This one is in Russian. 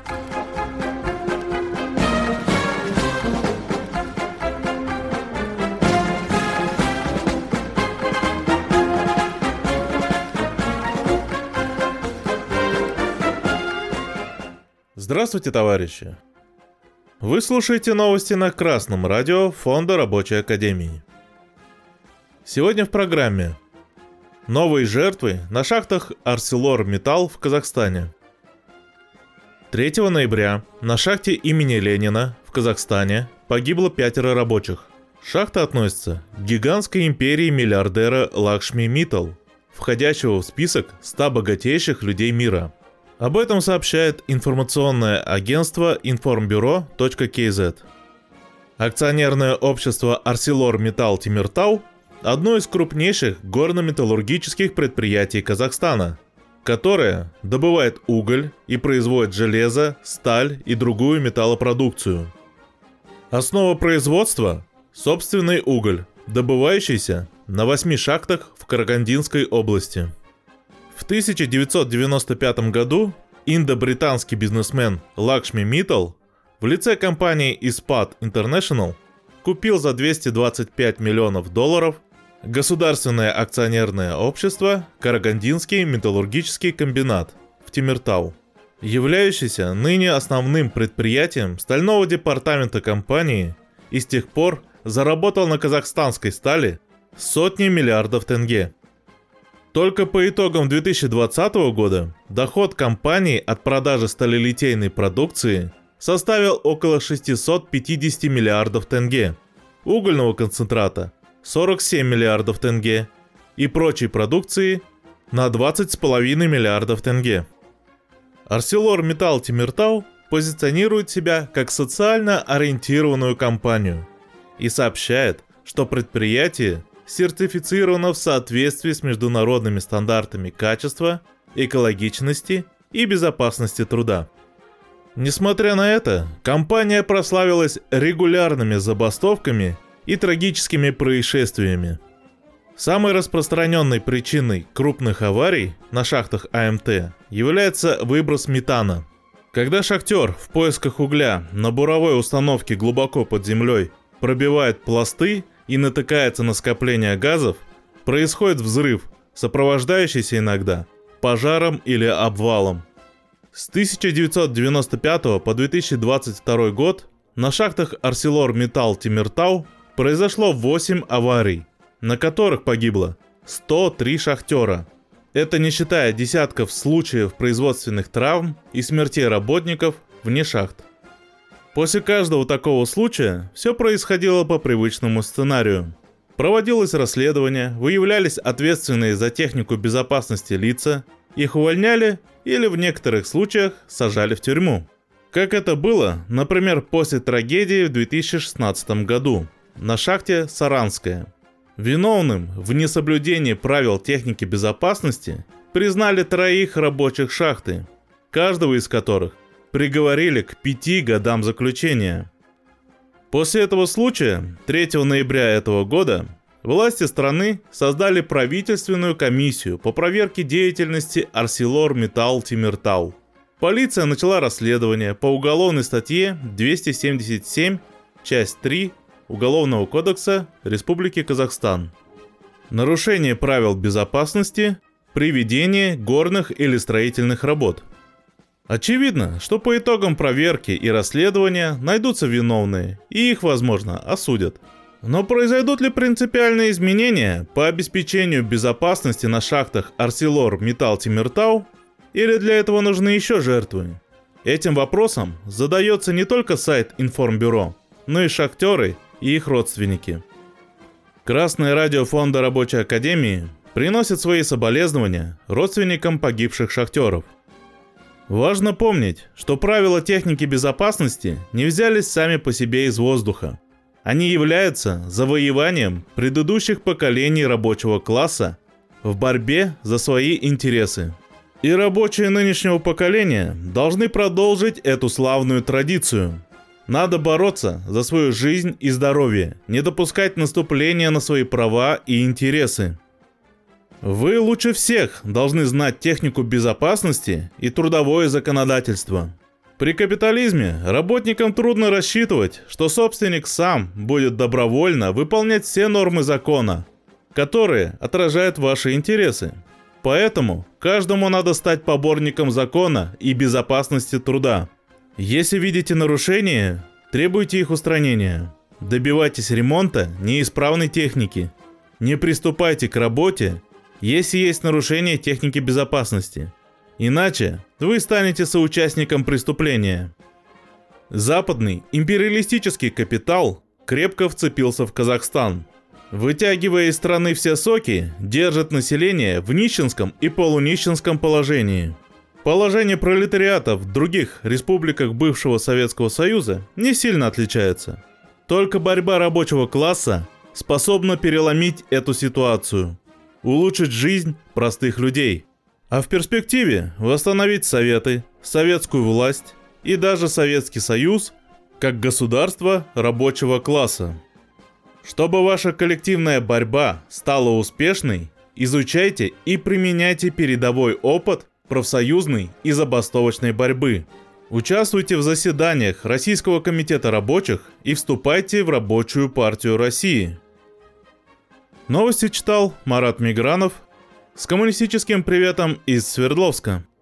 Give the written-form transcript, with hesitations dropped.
Здравствуйте, товарищи! Вы слушаете новости на Красном радио Фонда Рабочей Академии. Сегодня в программе: новые жертвы на шахтах ArcelorMittal в Казахстане. 3 ноября на шахте имени Ленина в Казахстане погибло 5 рабочих. Шахта относится к гигантской империи миллиардера Лакшми Миттал, входящего в список 100 богатейших людей мира. Об этом сообщает информационное агентство informburo.kz. Акционерное общество ArcelorMittal Темиртау – одно из крупнейших горно-металлургических предприятий Казахстана, которое добывает уголь и производит железо, сталь и другую металлопродукцию. Основа производства – собственный уголь, добывающийся на 8 шахтах в Карагандинской области. В 1995 году индо-британский бизнесмен Лакшми Миттал в лице компании Ispat International купил за $225 миллионов государственное акционерное общество Карагандинский металлургический комбинат в Темиртау, являющийся ныне основным предприятием стального департамента компании, и с тех пор заработал на казахстанской стали сотни миллиардов тенге. Только по итогам 2020 года доход компании от продажи сталелитейной продукции составил около 650 миллиардов тенге, угольного концентрата – 47 миллиардов тенге и прочей продукции на 20,5 миллиардов тенге. ArcelorMittal Темиртау позиционирует себя как социально ориентированную компанию и сообщает, что предприятие сертифицировано в соответствии с международными стандартами качества, экологичности и безопасности труда. Несмотря на это, компания прославилась регулярными забастовками и трагическими происшествиями. Самой распространенной причиной крупных аварий на шахтах АМТ является выброс метана. Когда шахтер в поисках угля на буровой установке глубоко под землей пробивает пласты и натыкается на скопление газов, происходит взрыв, сопровождающийся иногда пожаром или обвалом. С 1995 по 2022 год на шахтах ArcelorMittal Темиртау произошло 8 аварий, на которых погибло 103 шахтера. Это не считая десятков случаев производственных травм и смертей работников вне шахт. После каждого такого случая все происходило по привычному сценарию. Проводилось расследование, выявлялись ответственные за технику безопасности лица, их увольняли или в некоторых случаях сажали в тюрьму. Как это было, например, после трагедии в 2016 году на шахте Саранская. Виновным в несоблюдении правил техники безопасности признали 3 рабочих шахты, каждого из которых приговорили к 5 годам заключения. После этого случая, 3 ноября этого года, власти страны создали правительственную комиссию по проверке деятельности ArcelorMittal Темиртау. Полиция начала расследование по уголовной статье 277, часть 3 Уголовного кодекса Республики Казахстан. Нарушение правил безопасности при ведении горных или строительных работ. Очевидно, что по итогам проверки и расследования найдутся виновные, и их, возможно, осудят. Но произойдут ли принципиальные изменения по обеспечению безопасности на шахтах ArcelorMittal Темиртау, или для этого нужны еще жертвы? Этим вопросом задается не только сайт Информбюро, но и шахтеры и их родственники. Красное радио Фонда Рабочей Академии приносит свои соболезнования родственникам погибших шахтеров. Важно помнить, что правила техники безопасности не взялись сами по себе из воздуха. Они являются завоеванием предыдущих поколений рабочего класса в борьбе за свои интересы. И рабочие нынешнего поколения должны продолжить эту славную традицию. Надо бороться за свою жизнь и здоровье, не допускать наступления на свои права и интересы. Вы лучше всех должны знать технику безопасности и трудовое законодательство. При капитализме работникам трудно рассчитывать, что собственник сам будет добровольно выполнять все нормы закона, которые отражают ваши интересы. Поэтому каждому надо стать поборником закона и безопасности труда. Если видите нарушения, требуйте их устранения. Добивайтесь ремонта неисправной техники. Не приступайте к работе, если есть нарушение техники безопасности. Иначе вы станете соучастником преступления. Западный империалистический капитал крепко вцепился в Казахстан. Вытягивая из страны все соки, держит население в нищенском и полунищенском положении. Положение пролетариата в других республиках бывшего Советского Союза не сильно отличается. Только борьба рабочего класса способна переломить эту ситуацию, улучшить жизнь простых людей, а в перспективе восстановить Советы, советскую власть и даже Советский Союз как государство рабочего класса. Чтобы ваша коллективная борьба стала успешной, изучайте и применяйте передовой опыт профсоюзной и забастовочной борьбы. Участвуйте в заседаниях Российского комитета рабочих и вступайте в Рабочую партию России. Новости читал Марат Мигранов с коммунистическим приветом из Свердловска.